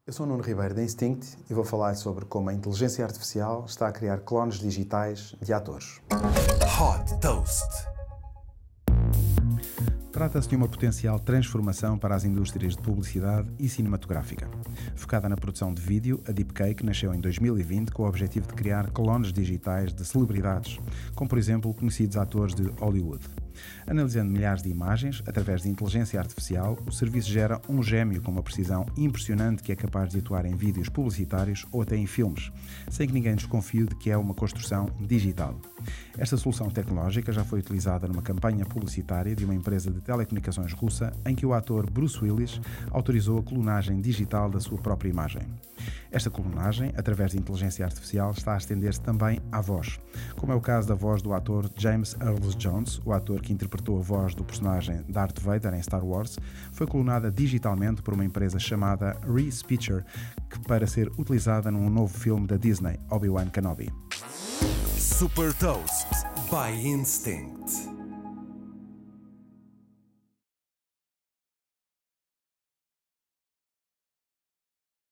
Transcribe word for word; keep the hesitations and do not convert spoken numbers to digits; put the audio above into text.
Eu sou o Nuno Ribeiro da Instinct e vou falar sobre como a inteligência artificial está a criar clones digitais de atores. Hot Toast. Trata-se de uma potencial transformação para as indústrias de publicidade e cinematográfica. Focada na produção de vídeo, a Deepcake nasceu em dois mil e vinte com o objetivo de criar clones digitais de celebridades, como por exemplo conhecidos atores de Hollywood. Analisando milhares de imagens, através de inteligência artificial, o serviço gera um gêmeo com uma precisão impressionante que é capaz de atuar em vídeos publicitários ou até em filmes, sem que ninguém desconfie de que é uma construção digital. Esta solução tecnológica já foi utilizada numa campanha publicitária de uma empresa de telecomunicações russa em que o ator Bruce Willis autorizou a clonagem digital da sua própria imagem. Esta clonagem, através de inteligência artificial, está a estender-se também à voz, como é o caso da voz do ator James Earl Jones, o ator que interpretou a voz do personagem Darth Vader em Star Wars, foi clonada digitalmente por uma empresa chamada Respeecher, que para ser utilizada num novo filme da Disney, Obi-Wan Kenobi. Super Toast by Instinct.